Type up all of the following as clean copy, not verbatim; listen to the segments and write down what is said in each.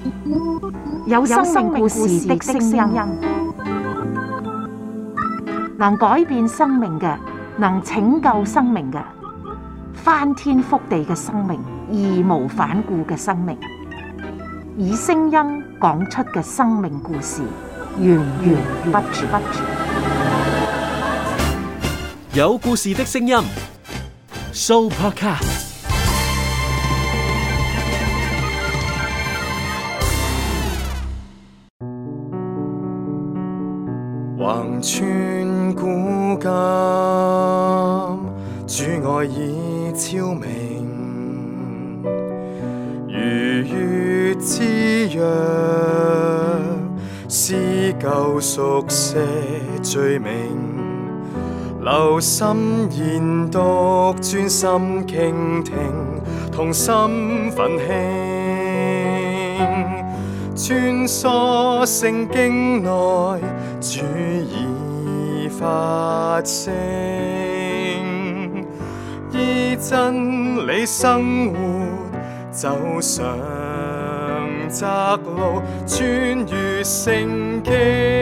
有生命故事的聲音，能改變生命嘅，能拯救生命嘅，翻天覆地嘅生命，義無反顧嘅生命，以聲音講出嘅生命故事，源源不絕。 有故事的聲音 ，Sooopodcast。 橫穿古今，主愛已超明，如月之約，撕舊熟寫罪名，留心研讀，專心傾聽，同心奮興，穿梭聖經內，主已發聲，依真理生活，走上窄路，穿越聖經。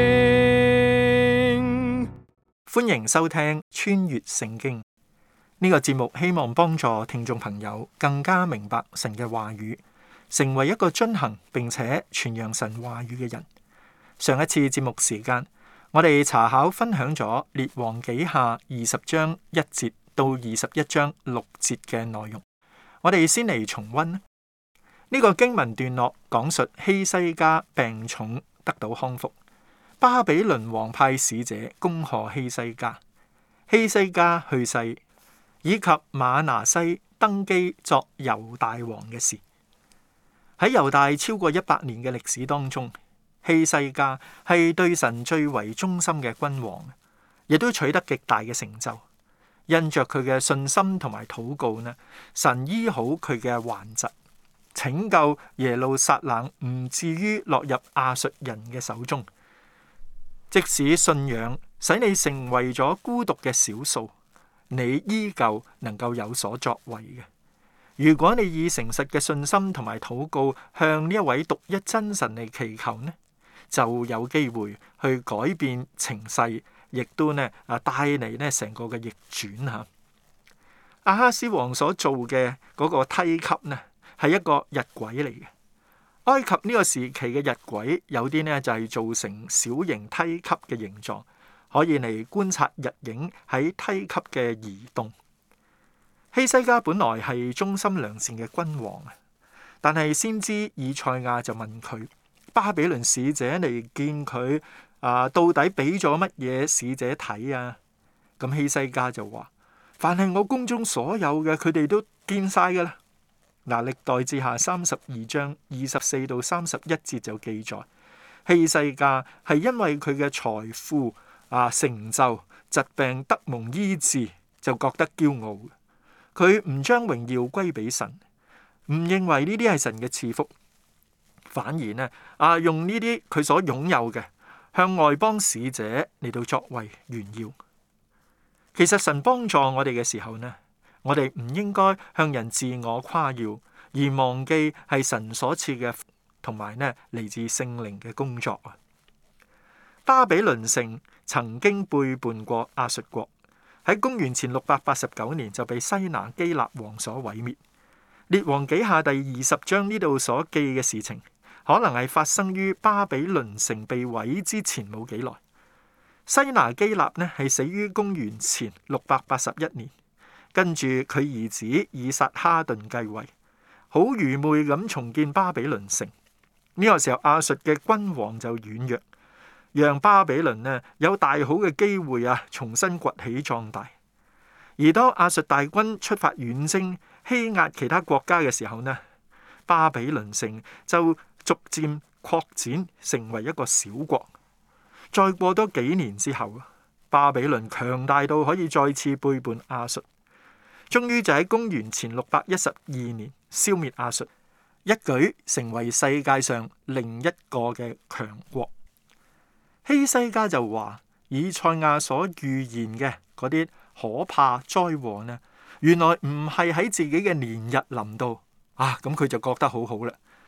歡迎收聽《穿越聖經》呢個節目，希望幫助聽眾朋友更加明白神嘅話語，成為一個遵行並且傳揚神話語嘅人。上一次節目時間，我哋查考分享咗列王紀下20章1節到21章6節嘅內容。我哋先嚟重溫呢個經文段落，講述希西家病重得到康復，巴比倫王派使者恭賀希西家，希西家去世，以及馬拿西登基作猶大王嘅事。喺猶大超過100年嘅歷史當中，希西家係對神最為忠心嘅君王，亦都取得極大嘅成就。因着佢嘅信心同埋禱告呢，神醫好佢嘅患疾，拯救耶路撒冷唔至於落入亞述人嘅手中。即使信仰使你成為咗孤獨嘅少數，你依舊能夠有所作為嘅。如果你以誠實嘅信心同埋禱告向呢一位獨一真神嚟祈求呢，就有機會去改變情勢，亦都帶嚟成個嘅逆轉吓。亞哈斯王所做嘅嗰個梯級呢，係一個日晷嚟嘅。埃及呢個時期嘅日晷有啲呢就係做成小型梯級嘅形狀，可以嚟觀察日影喺梯級嘅移動。希西家本來係忠心良善嘅君王，但係先知以賽亞就問佢，巴比倫使者嚟見佢到底俾咗乜嘢使者睇啊？咁希西家就話，凡係我宮中所有嘅，佢哋都見晒噶啦。歷代志下32章24到31節就記載，希西家係因為佢嘅財富成就、疾病得蒙醫治，就覺得驕傲。佢唔將榮耀歸俾神，唔認為呢啲係神嘅賜福，反而呢用呢啲佢所擁有嘅向外邦使者嚟到作為炫耀。其實神幫助我哋嘅時候呢，我哋唔應該向人自我誇耀，而忘記係神所賜嘅同埋呢嚟自聖靈嘅工作啊。巴比倫城曾經背叛過亞述國，喺公元前689年就被西拿基立王所毀滅。列王紀下第20章呢度所記嘅事情，可能係發生於巴比倫城被毀之前冇幾耐。西拿基立呢係死於公元前681年，跟住佢兒子以撒哈頓繼位，好愚昧咁重建巴比倫城。呢個時候亞述嘅君王就軟弱，讓巴比倫呢有大好嘅機會重新崛起壯大。而當亞述大軍出發遠征欺壓其他國家嘅時候呢，巴比倫城就逐漸擴展成為一個小國。再過多幾年之後，巴比倫強大到可以再次背叛亞述，終於就喺公元前612年消滅亞述，一舉成為世界上另一個嘅強國。希西家就話，以賽亞所預言嘅嗰啲可怕災禍呢，原來唔係喺自己嘅年日臨到咁佢就覺得好好啦。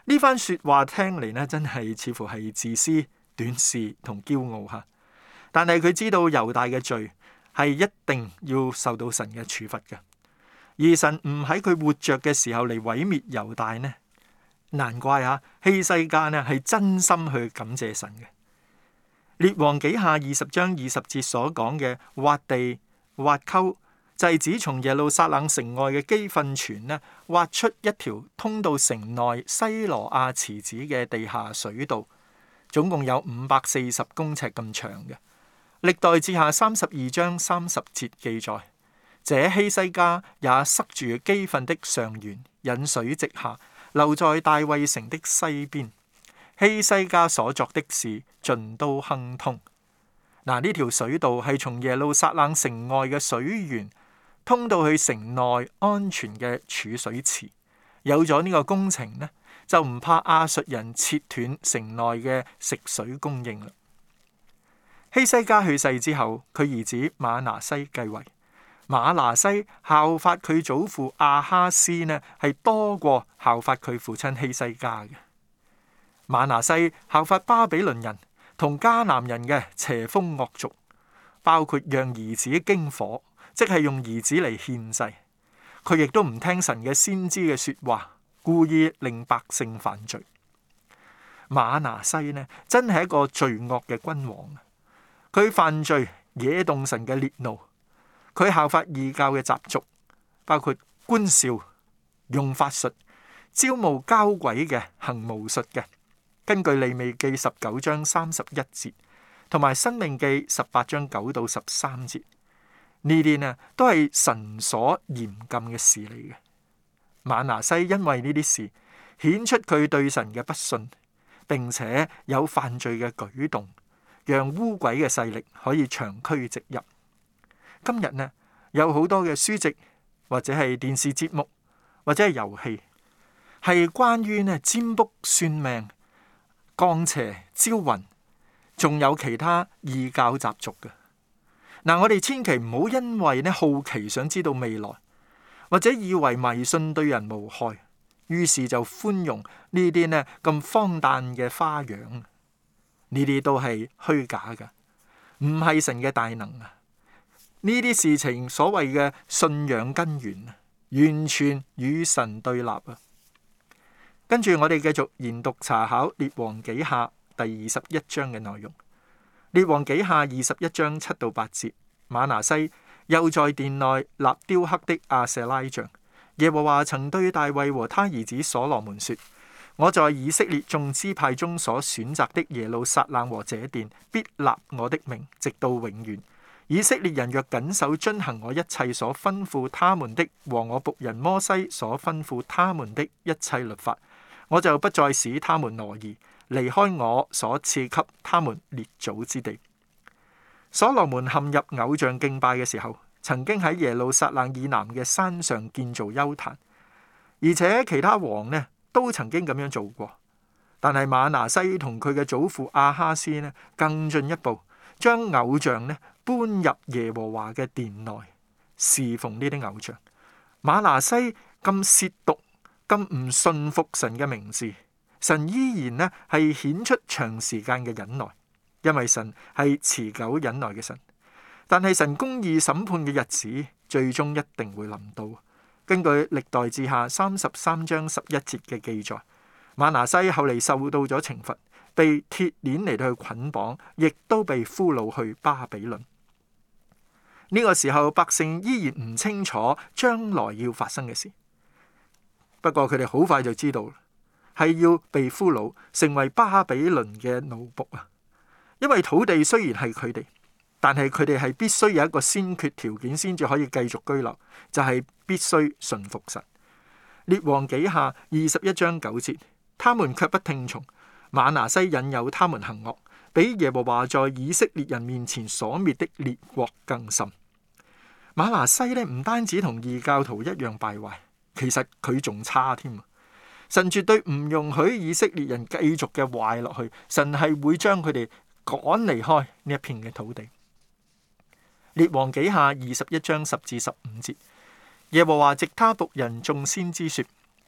呢番說話聽嚟呢，真係似乎係自私、短視同驕傲吓。但係佢知道猶大嘅罪係一定要受到神嘅處罰嘅，而神唔喺佢活着嘅時候嚟毀滅猶大呢？難怪希西家呢係真心去感謝神嘅。列王紀下20章20節所講嘅挖地挖溝，就係指從耶路撒冷城外嘅基訓泉呢，挖出一條通到城內西羅亞池子嘅地下水道，總共有540公尺咁長嘅。歷代志下32章30節記載，這希西家也塞住基訓的上源，引水直下，流在大衛城的西邊。希西家所作的事盡都亨通。嗱，呢條水道係從耶路撒冷城外嘅水源通到去城內安全嘅儲水池。有咗呢個工程呢，就唔怕亞述人切斷城內嘅食水供應啦。希西家去世之後，佢兒子馬拿西繼位。馬拿西效法佢祖父亞哈斯呢，係多過效法佢父親希西家嘅。馬拿西效法巴比倫人同迦南人嘅邪風惡俗，包括讓兒子經火，即係用兒子嚟獻祭。佢亦都唔聽神嘅先知嘅說話，故意令百姓犯罪。馬拿西呢，真係一個罪惡嘅君王。佢犯罪惹動神嘅烈怒，佢效法異教嘅習俗，包括觀兆、用法術、招募交鬼嘅、行巫術嘅。根據利未記19章31節，同埋申命記18章9到13節，呢啲呢都係神所嚴禁嘅事嚟嘅。馬拿西因為呢啲事顯出佢對神嘅不信，並且有犯罪嘅舉動，讓污鬼嘅勢力可以長驅直入。今日呢，有好多嘅書籍或者係電視節目或者係遊戲，係關於呢占卜算命、降邪招魂，仲有其他異教習俗嘅。嗱，我哋千祈唔好因為呢好奇想知道未來，或者以為迷信對人無害，於是就寬容呢啲呢咁荒誕嘅花樣。呢啲都係虛假嘅，唔係神嘅大能啊！呢啲事情所謂嘅信仰根源啊，完全與神對立啊！跟住我哋繼續研讀查考列王紀下第21章嘅內容。列王紀下21章7到8節，馬拿西又在殿內立雕刻的亞舍拉像。耶和華曾對大衛和他兒子所羅門說：我在以色列眾支派中所選擇的耶路撒冷和這殿，必立我的名，直到永遠。以色列人若謹守遵行我一切所吩咐他們的，和我僕人摩西所吩咐他們的一切律法，我就不再使他們挪移，離開我所賜給他們列祖之地。所羅門陷入偶像敬拜嘅時候，曾經喺耶路撒冷以南嘅山上建造丘壇，而且其他王呢都曾經咁樣做過。但係馬拿西同佢嘅祖父亞哈斯呢，更進一步，將偶像呢搬入耶和華嘅殿內，侍奉呢啲偶像。馬拿西咁褻瀆、咁唔信服神嘅名字，神依然呢係顯出長時間嘅忍耐，因為神係持久忍耐嘅神。但係神公義審判嘅日子最終一定會臨到。根據歷代志下33章11節嘅記載，馬拿西後嚟受到咗懲罰，被鐵鏈嚟到去捆綁，亦都被俘虜去巴比倫。呢個時候百姓依然唔清楚將來要發生嘅事，不過佢哋好快就知道係要被俘虜，成為巴比倫嘅奴僕啊！因為土地雖然係佢哋，但係佢哋係必須有一個先決條件先至可以繼續居留，就係必須順服神。列王紀下21章9節，他們卻不聽從，馬拿西引誘他們行惡，比耶和華在以色列人面前所滅的列國更甚。馬拿西呢，唔單止同異教徒一樣敗壞，其實佢仲差添。神絕對唔容許以色列人繼續嘅壞落去，神係會將佢哋趕離開呢一片嘅土地。列王紀下21章10至15節，耶和華藉他僕人眾先知說：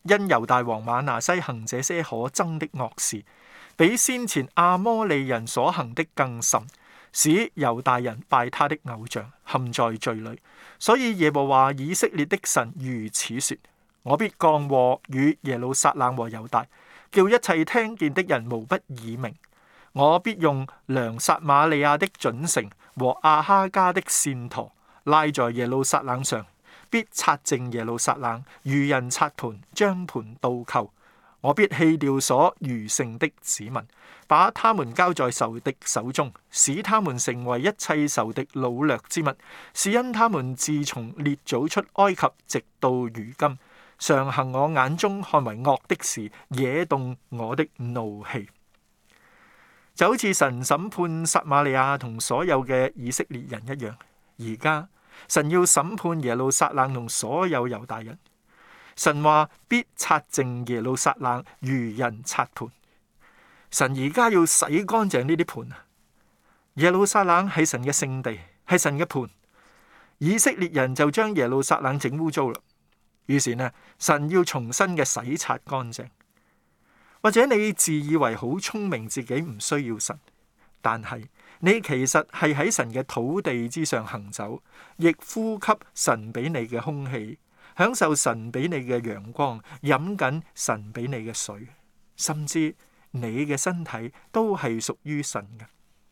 因猶大王瑪拿西行這些可憎的惡事，比先前亞摩利人所行的更甚，使猶大人拜他的偶像，陷在罪裏。所以耶和華以色列的神如此說：我必降禍與耶路撒冷和猶大，叫一切聽見的人無不耳鳴。我必用量撒瑪利亞的準繩和亞哈家的線砣拉在耶路撒冷上，必擦淨耶路撒冷，如人擦盤，將盤倒扣。我必棄掉所餘剩的子民，把他們交在仇敵手中，使他們成為一切仇敵擄掠之物。是因他們自從列祖出埃及直到如今，常行我眼中看為惡的事，惹動我的怒氣。就好似神審判撒瑪利亞同所有嘅以色列人一樣，而家神要審判耶路撒冷同所有猶大人。神話必擦淨耶路撒冷，如人擦盤。神而家要洗乾淨呢啲盤啊！耶路撒冷係神嘅聖地，係神嘅盤。以色列人就將耶路撒冷整污糟啦。於是呢，神要重新嘅洗擦乾淨。或者你自以為好聰明，自己唔需要神，但係你其實係喺神嘅土地之上行走，亦呼吸神俾你嘅空氣，享受神俾你嘅陽光，飲緊神俾你嘅水，甚至你嘅身體都係屬於神嘅。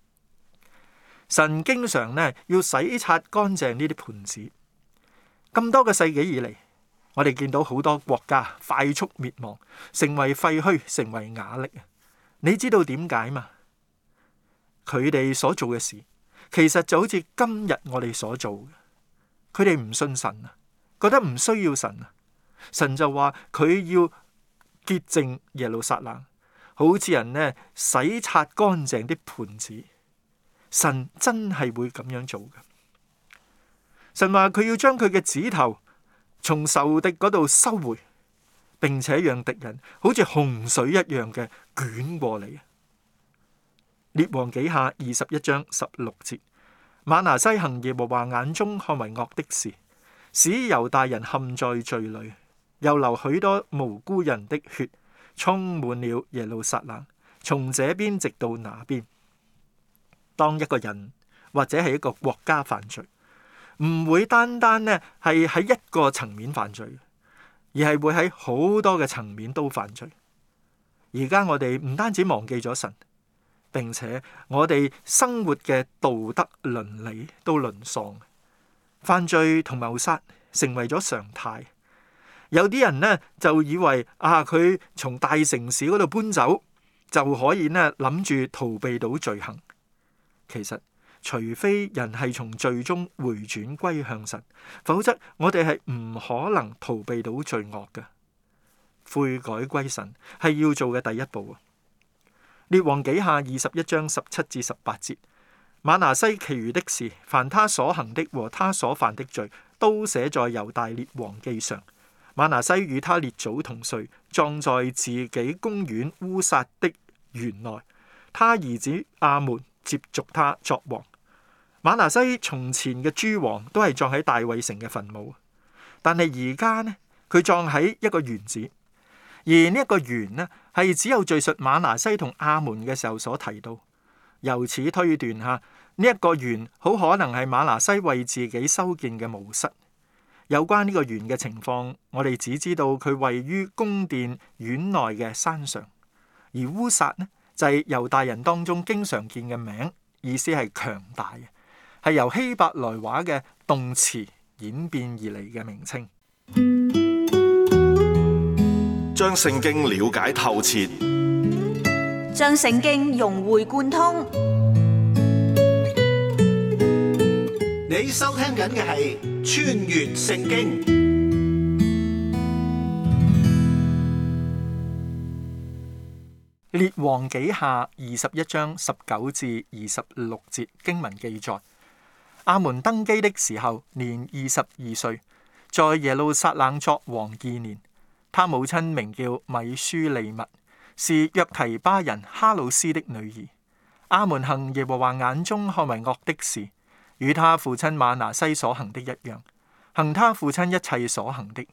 神經常呢要洗擦乾淨呢啲盤子。咁多個世紀以嚟，我哋見到好多國家快速滅亡，成為廢墟，成為瓦礫。你知道點解嘛？佢哋所做嘅事，其實就好似今日我哋所做嘅。佢哋唔信神啊，覺得唔需要神啊。神就話佢要潔淨耶路撒冷，好似人呢洗擦乾淨啲盤子。神真係會咁樣做嘅。神話佢要將佢嘅指頭從仇敵嗰度收回，並且讓敵人好似洪水一樣嘅捲過嚟。列王紀下21章16節，瑪拿西行耶和華眼中看為惡的事，使猶大人陷在罪裏，又流許多無辜人的血，充滿了耶路撒冷，從這邊直到那邊。當一個人或者係一個國家犯罪，唔會單單呢係喺一個層面犯罪，而係會喺好多嘅層面都犯罪。而家我哋唔單止忘記咗神，並且我哋生活嘅道德倫理都淪喪，犯罪同謀殺成為咗常態。有啲人呢就以為佢從大城市嗰度搬走就可以呢諗住逃避到罪行。其實除非人係從罪中回轉歸向神，否則我哋係唔可能逃避到罪惡嘅。悔改歸神係要做嘅第一步。列王紀下21章17至18節，瑪拿西其餘的事，凡他所行的和他所犯的罪，都寫在猶大列王記上。瑪拿西與他列祖同睡，葬在自己公園烏撒的園內。他兒子亞們接續他作王。瑪拿西從前嘅諸王都係葬喺大衛城嘅墳墓，但係而家呢，佢葬喺一個園子，而呢一個園呢係只有敘述瑪拿西同亞們嘅時候所提到。由此推斷呢一個園好可能係瑪拿西為自己修建嘅墓室。有關呢個園嘅情況，我哋只知道佢位於宮殿院內嘅山上，而烏撒呢就係猶大人當中經常見嘅名，意思係強大嘅，係由希伯來話嘅動詞演變而嚟嘅名稱。 將聖經了解透徹， 將聖經融會貫通。 你收聽緊嘅係《穿越聖經》。 列王紀下21章19至26節經文記載，亞們登基的時候年22歲，在耶路撒冷作王2年。他母親名叫米書利密，是約提巴人哈魯斯的女兒。亞們行耶和華眼中看為惡的事，與他父親瑪拿西所行的一樣，行他父親一切所行的，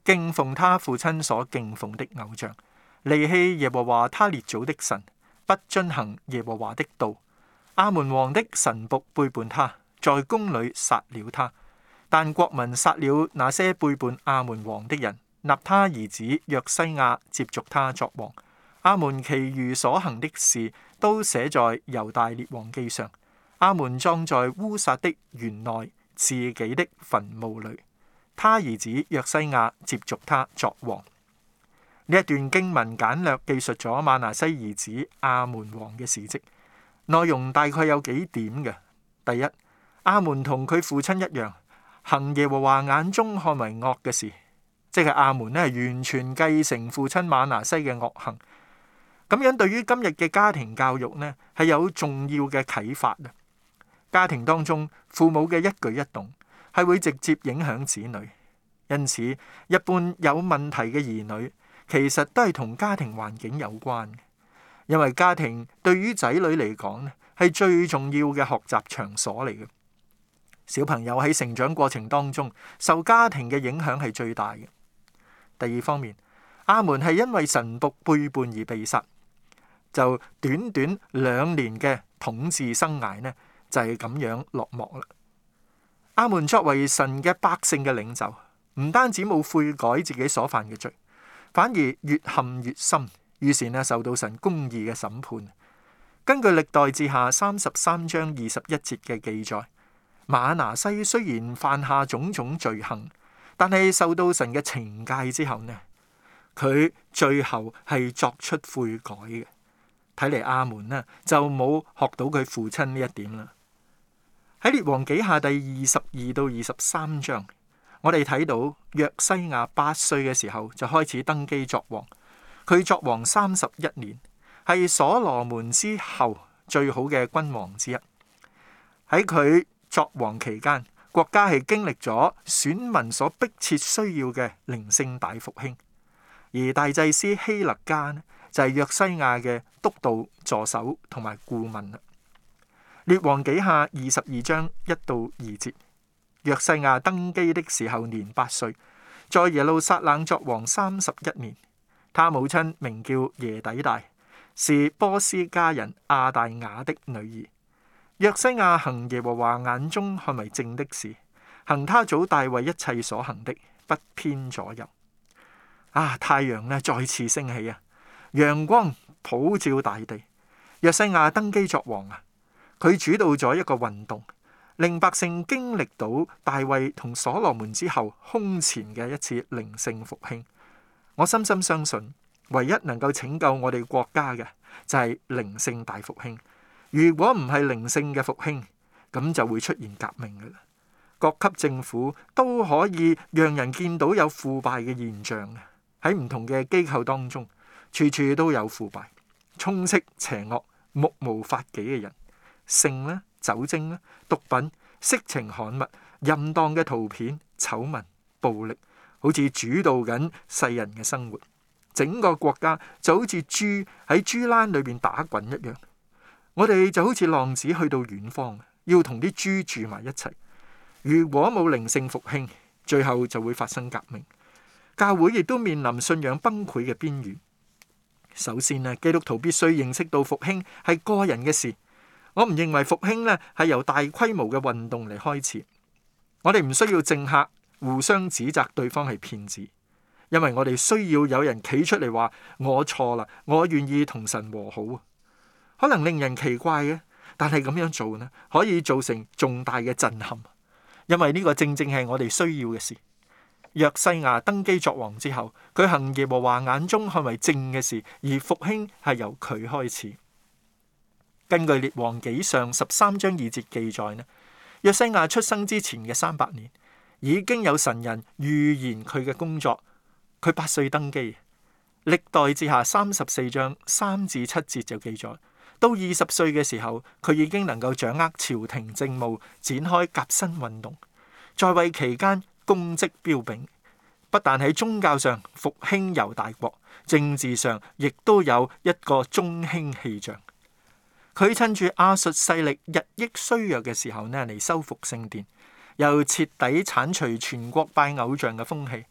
敬奉他父親所敬奉的偶像，離棄耶和華他列祖的神，不遵行耶和華的道。亞捫王的臣僕背叛他，在宮裏殺了他。但國民殺了那些背叛亞捫王的人，立他兒子約西亞接續他作王。亞捫其餘所行的事都寫在猶大列王記上。亞捫葬在烏撒的園內自己的墳墓裏，他兒子約西亞接續他作王。呢一段經文簡略記述咗瑪拿西兒子亞捫王嘅事蹟，內容大概有幾點嘅。第一，亞捫同佢父親一樣，行耶和華眼中看為惡嘅事，即係亞捫係完全繼承父親瑪拿西嘅惡行。咁樣對於今日嘅家庭教育呢，係有重要嘅啟發啊！家庭當中父母嘅一舉一動係會直接影響子女，因此一般有問題嘅兒女其實都係同家庭環境有關嘅，因為家庭對於仔女嚟講呢係最重要嘅學習場所嚟嘅。小朋友喺成長過程當中受家庭嘅影響係最大嘅。第二方面，亞捫係因為臣僕背叛而被殺，就短短2年嘅統治生涯呢，就係咁樣落幕啦。亞捫作為神嘅百姓嘅領袖，唔單止冇悔改自己所犯嘅罪，反而越陷越深，於是呢受到神公義嘅審判。根據歷代志下33章21節嘅記載，瑪拿西雖然犯下種種罪行，但係受到神嘅懲戒之後呢，佢最後係作出悔改嘅。睇嚟亞捫呢就冇學到佢父親呢一點啦。喺列王紀下第22到23章，我哋睇到約西亞8歲嘅時候就開始登基作王，佢作王31年，係所羅門之後最好嘅君王之一。喺佢作王期間，國家係經歷咗選民所迫切需要嘅靈性大復興，而大祭司希勒家呢就係約西亞嘅督導助手同埋顧問啦。列王紀下22章1到2節，約西亞登基的時候年8歲，在耶路撒冷作王31年。他母親名叫耶底大，是波斯家人亞大雅的女兒。約西亞行耶和華眼中看為正的事，行他祖大衛一切所行的，不偏左右。太陽呢再次升起啊！陽光普照大地。約西亞登基作王啊！佢主導咗一個運動，令百姓經歷到大衛同所羅門之後空前嘅一次靈性復興。我深深相信，唯一能夠拯救我哋國家嘅就係靈性大復興。如果唔係靈性嘅復興，咁就會出現革命㗎喇。各級政府都可以讓人見到有腐敗嘅現象，喺唔同嘅機構當中，處處都有腐敗，充斥邪惡、目無法紀嘅人，性啦、酒精啦、毒品、色情刊物、淫蕩嘅圖片、醜聞、暴力，好似主導緊世人嘅生活。整個國家就好似豬喺豬欄裏邊打滾一樣。我哋就好似浪子去到遠方，要同啲豬住埋一齊。如果冇靈性復興，最後就會發生革命。教會亦都面臨信仰崩潰嘅邊緣。首先呢，基督徒必須認識到復興係個人嘅事。我唔認為復興呢係由大規模嘅運動嚟開始。我哋唔需要政客互相指責對方係騙子，因為我哋需要有人企出嚟話我錯啦，我願意同神和好。可能令人奇怪嘅，但係咁樣做呢，可以造成重大嘅震撼，因為呢個正正係我哋需要嘅事。約西亞登基作王之後，佢行耶和華眼中看為正嘅事，而復興係由佢開始。根據列王紀上13章2節記載呢，約西亞出生之前嘅300年，已經有神人預言佢嘅工作。佢8歲登基，歷代志下34章3至7節就記載。到20歲嘅時候，佢已經能夠掌握朝廷政務，展開革新運動。在位期間功績彪炳，不但喺宗教上復興猶大國，政治上亦都有一個中興氣象。佢趁住亞述勢力日益衰弱嘅時候呢，嚟修復聖殿，又徹底剷除全國拜偶像嘅風氣。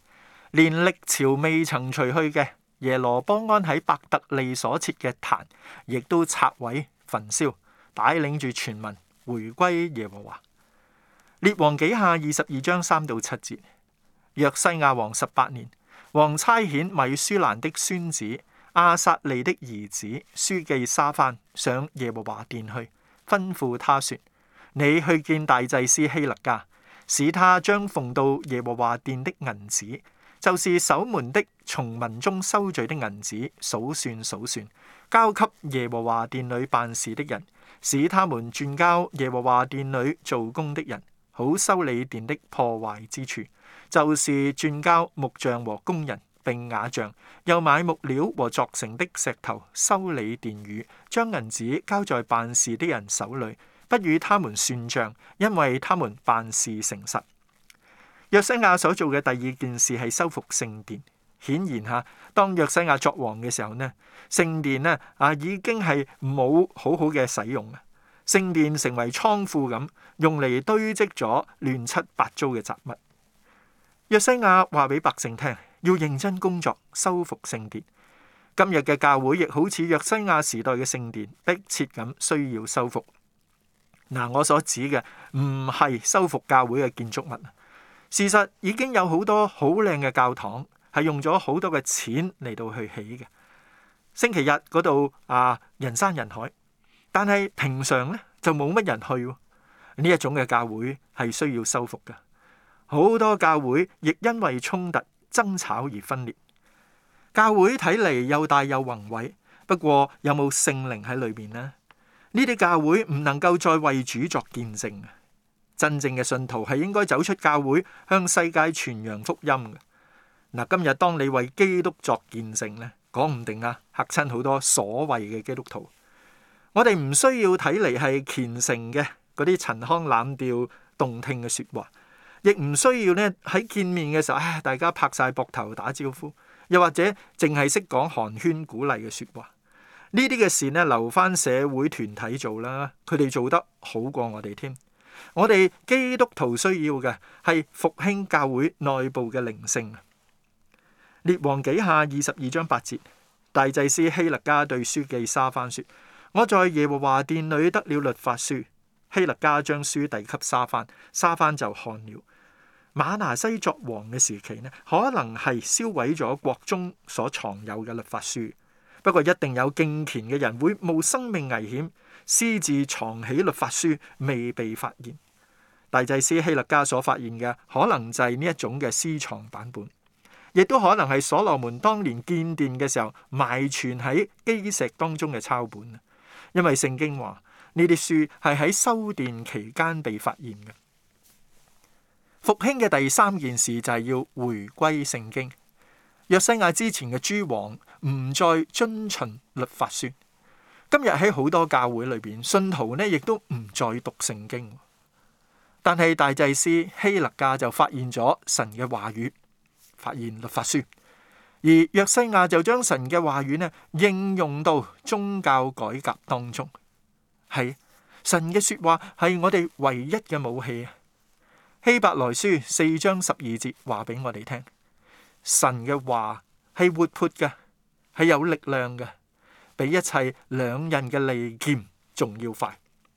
連歷朝未曾除去嘅耶羅波安喺伯特利所設嘅壇，亦都拆毀焚燒，帶領住全民回歸耶和華。列王紀下22章3到7節。約西亞王18年，王差遣米舒蘭的孫子亞撒利的兒子書記沙番上耶和華殿去，吩咐他說：你去見大祭司希勒家，使他將奉到耶和華殿的銀子，就是守門的從民中收聚的銀子，數算，交給耶和華殿裏辦事的人，使他們轉交耶和華殿裏做工的人，好修理殿的破壞之處，就是轉交木匠和工人，並瓦匠，又買木料和鑿成的石頭，修理殿宇，將銀子交在辦事的人手裏，不與他們算賬，因為他們辦事誠實。約西亞所做嘅第二件事係修復聖殿。顯然吓，當約西亞作王嘅時候呢，聖殿呢已經係冇好好嘅使用啊，聖殿成為倉庫咁，用嚟堆積咗亂七八糟嘅雜物。約西亞話俾百姓聽，要認真工作修復聖殿。今日嘅教會亦好似約西亞時代嘅聖殿，迫切咁需要修復。我所指嘅唔係修復教會嘅建築物。事實已經有好多好靚嘅教堂係用咗好多嘅錢嚟到去起嘅。星期日嗰度人山人海，但係平常呢就冇乜人去。呢一種嘅教會係需要修復嘅。好多教會亦因為衝突爭吵而分裂。教會睇嚟又大又宏偉，不過有冇聖靈喺裏面呢？呢啲教會唔能夠再為主作見證。真正嘅信徒係應該走出教會，向世界傳揚福音嘅。今日當你為基督作見證呢，講唔定嚇親好多所謂嘅基督徒。我哋唔需要睇嚟係虔誠嘅嗰啲陳腔濫調、動聽嘅說話，亦唔需要呢喺見面嘅時候，大家拍晒膊頭打招呼，又或者淨係識講寒暄鼓勵嘅說話。呢啲嘅事呢，留翻社會團體做啦，佢哋做得好過我哋添。我哋基督徒需要嘅係復興教會內部嘅靈性。列王紀下22章8節，大祭司希勒家對書記沙番說：我在耶和華殿裏得了律法書。希勒家將書遞給沙番，沙番就看了。馬拿西作王嘅時期呢，可能係燒毀咗國中所藏有嘅律法書，不過一定有敬虔嘅人會冒生命危險私自藏起律法書，未被發現。大祭司希勒家所發現嘅可能就係呢一種嘅私藏版本，亦都可能係所羅門當年建殿嘅時候埋存喺基石當中嘅抄本。因為聖經話呢啲書係喺修殿期間被發現嘅。復興嘅第三件事就係要回歸聖經。約西亞之前嘅諸王唔再遵循律法書。今日喺好多教會裏邊，信徒呢亦都唔再讀聖經。但係大祭司希勒家就發現咗神嘅話語，發現律法書。而約西亞就將神嘅話語呢應用到宗教改革當中。係神嘅說話係我哋唯一嘅武器啊！希伯來書4章12節話俾我哋聽，神嘅話係活潑嘅，係有力量嘅，比一切兩刃嘅利劍仲要快。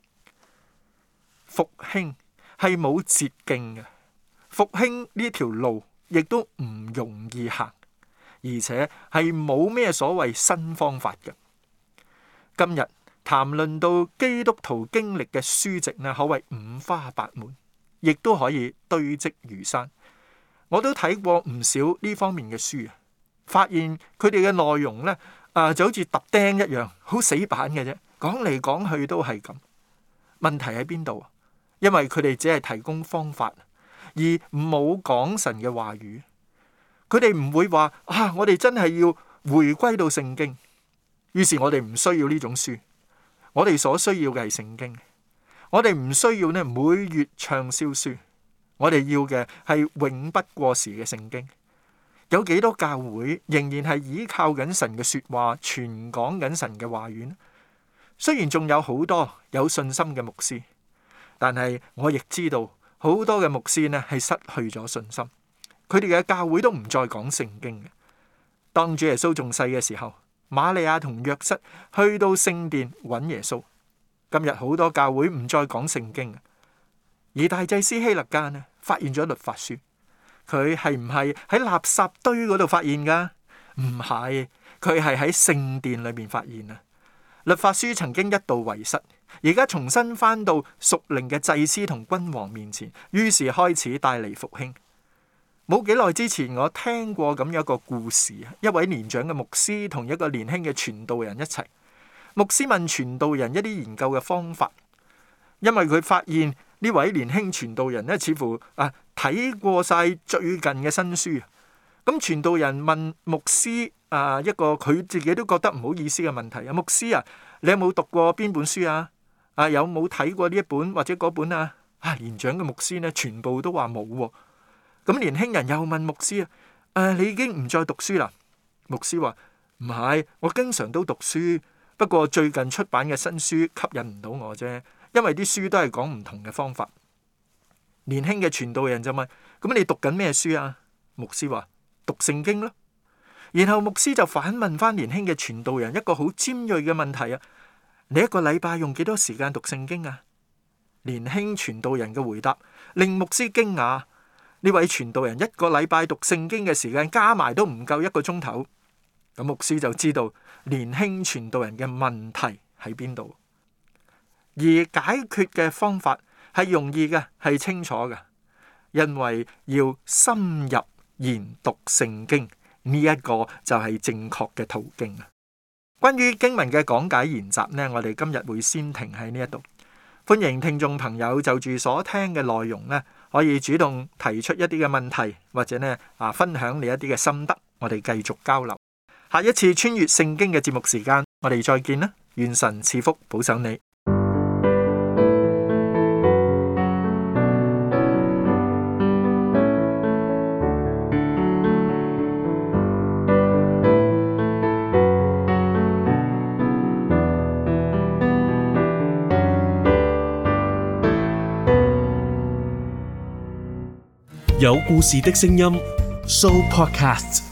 復興係冇捷徑嘅，復興呢條路亦都唔容易行，而且係冇咩所謂新方法嘅。今日談論到基督徒經歷嘅書籍呢，可謂五花八門，亦都可以堆積如山。我都睇過唔少呢方面嘅書啊，發現佢哋嘅內容呢，就好似揼釘一樣，好死板嘅啫，講嚟講去都係咁。問題喺邊度啊？因為佢哋只係提供方法，而冇講神嘅話語。佢哋唔會話我哋真係要回歸到聖經，於是我哋唔需要呢種書。我哋所需要嘅係聖經，我哋唔需要呢每月暢銷書，我哋要嘅係永不過時嘅聖經。有幾多教會仍然係依靠緊神嘅說話，傳講緊神嘅話語呢？雖然仲有好多有信心嘅牧師，但係我亦知道好多嘅牧師呢係失去咗信心， 佢哋嘅教會都唔再講聖經嘅。當主耶穌仲細嘅時候，瑪利亞同約瑟去到聖殿揾耶穌。今日好多教會唔再講聖經，而大祭司希勒家呢，發現咗律法書。佢係唔係喺垃圾堆嗰度發現噶？唔係，佢係喺聖殿裏面發現啊！律法書曾經一度遺失，而家重新翻到屬靈嘅祭司同君王面前，於是開始帶嚟復興。冇幾耐之前，我聽過咁樣一個故事，一位年長嘅牧師同一個年輕嘅傳道人一齊。牧師問傳道人一啲研究嘅方法，因為佢發現呢位年輕傳道人呢，似乎睇過晒最近嘅新書。咁傳道人問牧師一個佢自己都覺得唔好意思嘅問題，牧師啊，你有冇讀過邊本書啊？有冇睇過呢一本或者嗰本啊？年長嘅牧師呢，全部都話冇喎。咁年輕人又問牧師你已經唔再讀書啦？牧師話唔係，我經常都讀書，不過最近出版嘅新書吸引唔到我啫，因為啲書都係講唔同嘅方法。年輕嘅傳道人就問：咁你讀緊咩書啊？牧師話：讀聖經咯。然後牧師就反問翻年輕嘅傳道人一個好尖銳嘅問題：你一個禮拜用幾多時間讀聖經啊？年輕傳道人嘅回答令牧師驚訝。呢位傳道人一個禮拜讀聖經嘅時間加埋都唔夠1個鐘頭。咁牧師就知道年輕傳道人嘅問題喺邊度，而解決嘅方法係容易嘅，係清楚嘅，因為要深入研讀聖經，呢一個就係正確嘅途徑啊。關於經文嘅講解研習呢，我哋今日會先停喺呢一度。歡迎聽眾朋友就住所聽嘅內容呢，可以主動提出一啲嘅問題，或者呢分享你一啲嘅心得，我哋繼續交流。下一次穿越聖經嘅節目時間，我哋再見啦！願神賜福保守你。 有故事的聲音 Show Podcast。